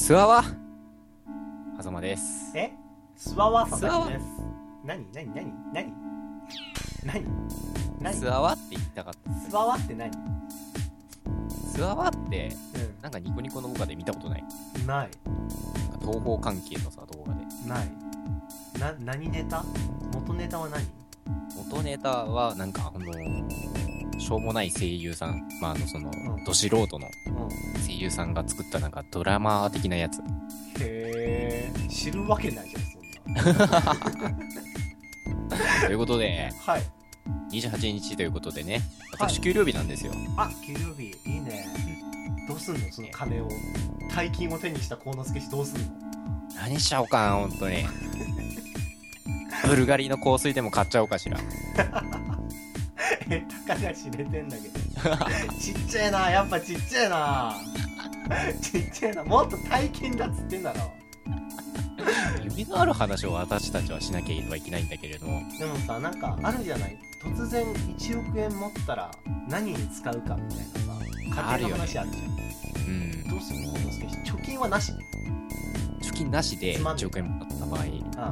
スワワ狭間です。 スワワスワワ佐々木です。何スワワって言いたかった。 スワワって何？ スワワってなんかニコニコの動画で見たことない？ ない。 なんか東宝関係のさ動画で。 ない。何ネタ？元ネタは何？ 元ネタはなんかしょうもない声優さん、ど素人の声優さんが作ったなんかドラマ的なやつ。 へー、知るわけないじゃんそんな。 ということで、 はい。 28日ということでね、私はい給料日なんですよ。 給料日いいね。どうすんのその金を？大金を手にした幸之助氏どうすんの？ 何しちゃおうかな、ほんとに。ブルガリの香水でも買っちゃおうかしら。 たかが知れてんだけど。ちっちゃいな、やっぱちっちゃいな。ちっちゃいな、もっと大金だっつってんだろ。 夢のある話を私たちはしなければいけないんだけれども。 でもさ、なんかあるじゃない。突然1億円持ったら何に使うかみたいなさ、家庭の話あるじゃん。 うん。 どうするの？貯金はなし？ 貯金なしで1億円もらった場合、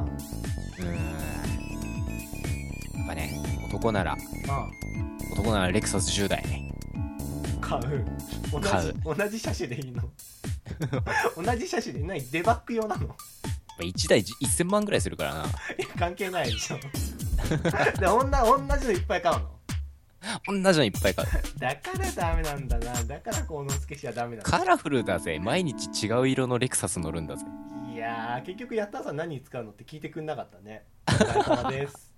やっぱね、男ならレクサス10台ね。 買う。同じ車種でいいの？同じ車種で何？デバッグ用なの ？1台1000万ぐらいするからな。 関係ないでしょ。で同じのいっぱい買うの？ 同じのいっぱい買う。 だからダメなんだな。だから幸之助氏はダメだ。 カラフルだぜ。毎日違う色のレクサス乗るんだぜ。 いやー、結局やったさん何に使うのって聞いてくんなかったね。お疲れ様です。